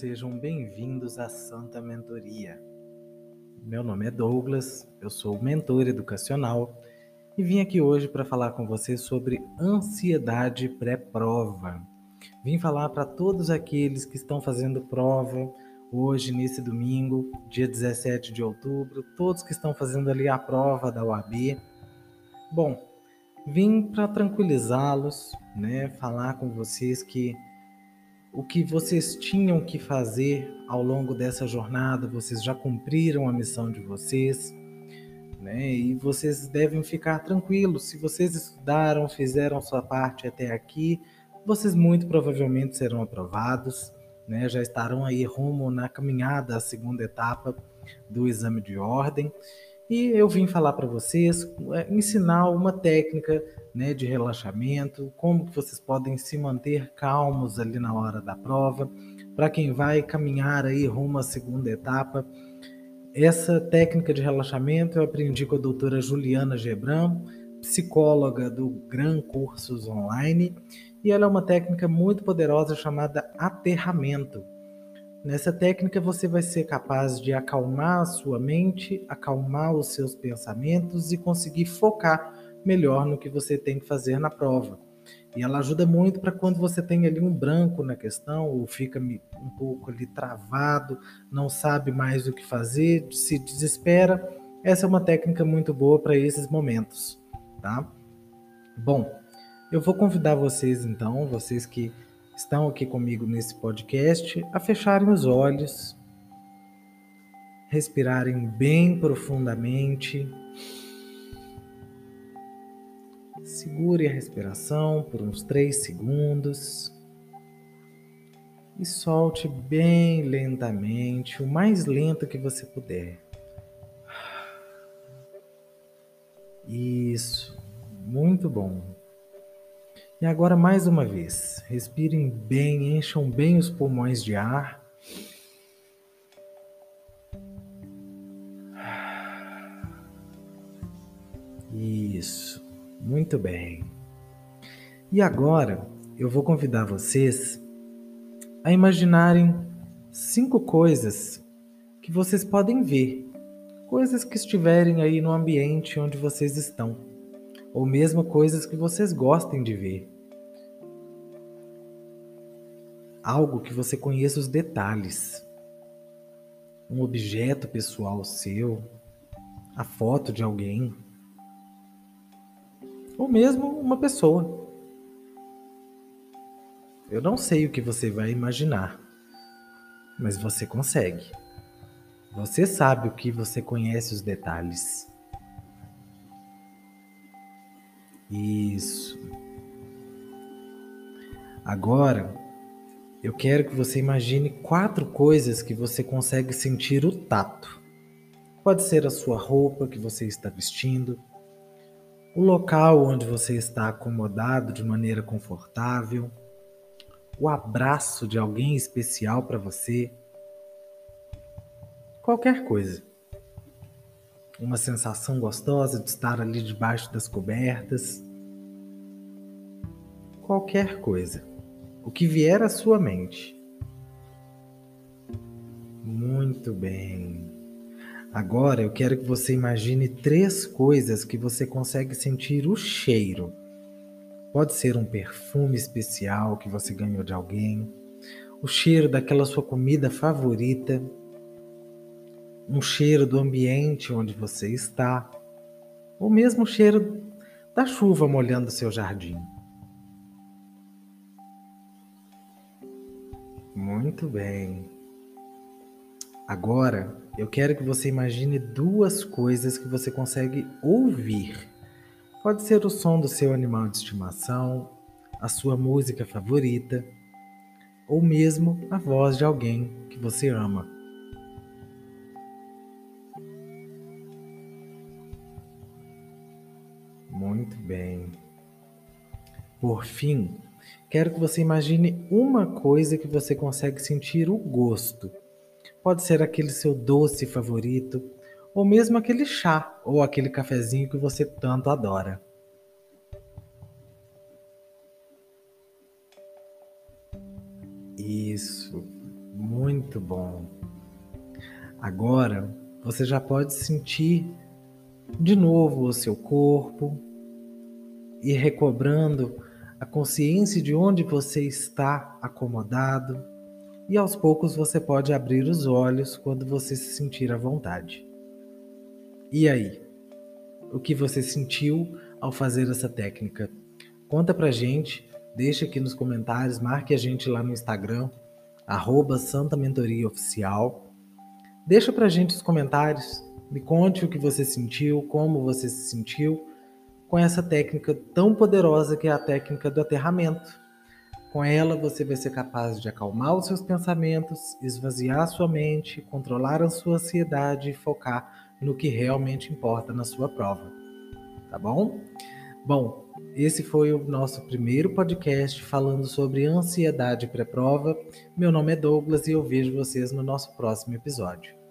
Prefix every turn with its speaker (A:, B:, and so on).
A: sejam bem-vindos à Santa Mentoria. Meu nome é Douglas, eu sou mentor educacional e vim aqui hoje para falar com vocês sobre ansiedade pré-prova. Vim falar para todos aqueles que estão fazendo prova hoje, nesse domingo, dia 17 de outubro, todos que estão fazendo ali a prova da OAB. Bom, vim para tranquilizá-los, falar com vocês que o que vocês tinham que fazer ao longo dessa jornada, vocês já cumpriram a missão de vocês, e vocês devem ficar tranquilos. Se vocês estudaram, fizeram sua parte até aqui, vocês muito provavelmente serão aprovados, já estarão aí rumo na caminhada à segunda etapa do exame de ordem. E eu vim falar para vocês, ensinar uma técnica de relaxamento, como que vocês podem se manter calmos ali na hora da prova, para quem vai caminhar aí rumo à segunda etapa. Essa técnica de relaxamento eu aprendi com a doutora Juliana Gebran, psicóloga do Gran Cursos Online, e ela é uma técnica muito poderosa chamada aterramento. Nessa técnica você vai ser capaz de acalmar a sua mente, acalmar os seus pensamentos e conseguir focar melhor no que você tem que fazer na prova. E ela ajuda muito para quando você tem ali um branco na questão ou fica um pouco ali travado, não sabe mais o que fazer, se desespera. Essa é uma técnica muito boa para esses momentos, tá? Bom, eu vou convidar vocês então, vocês que estão aqui comigo nesse podcast, a fecharem os olhos, respirarem bem profundamente, segure a respiração por uns 3 segundos e solte bem lentamente, o mais lento que você puder. Isso, muito bom. E agora mais uma vez, respirem bem, encham bem os pulmões de ar. Isso, muito bem. E agora eu vou convidar vocês a imaginarem 5 coisas que vocês podem ver, coisas que estiverem aí no ambiente onde vocês estão, ou mesmo coisas que vocês gostem de ver. Algo que você conheça os detalhes, um objeto pessoal seu, a foto de alguém, ou mesmo uma pessoa. Eu não sei o que você vai imaginar, mas você consegue. Você sabe o que você conhece os detalhes. Isso. Agora, eu quero que você imagine 4 coisas que você consegue sentir o tato. Pode ser a sua roupa que você está vestindo, o local onde você está acomodado de maneira confortável, o abraço de alguém especial para você, qualquer coisa. Uma sensação gostosa de estar ali debaixo das cobertas, qualquer coisa. O que vier à sua mente. Muito bem. Agora eu quero que você imagine 3 coisas que você consegue sentir o cheiro. Pode ser um perfume especial que você ganhou de alguém, o cheiro daquela sua comida favorita, um cheiro do ambiente onde você está, ou mesmo o cheiro da chuva molhando seu jardim. Muito bem. Agora, eu quero que você imagine 2 coisas que você consegue ouvir. Pode ser o som do seu animal de estimação, a sua música favorita, ou mesmo a voz de alguém que você ama. Muito bem. Por fim, quero que você imagine uma coisa que você consegue sentir o gosto. Pode ser aquele seu doce favorito, ou mesmo aquele chá ou aquele cafezinho que você tanto adora. Isso. Muito bom. Agora você já pode sentir de novo o seu corpo e recobrando a consciência de onde você está acomodado. E aos poucos você pode abrir os olhos quando você se sentir à vontade. E aí? O que você sentiu ao fazer essa técnica? Conta pra gente, deixa aqui nos comentários, marque a gente lá no Instagram, @SantaMentoriaOficial. Deixa pra gente os comentários, me conte o que você sentiu, como você se sentiu com essa técnica tão poderosa que é a técnica do aterramento. Com ela você vai ser capaz de acalmar os seus pensamentos, esvaziar sua mente, controlar a sua ansiedade e focar no que realmente importa na sua prova. Tá bom? Bom, esse foi o nosso primeiro podcast falando sobre ansiedade pré-prova. Meu nome é Douglas e eu vejo vocês no nosso próximo episódio.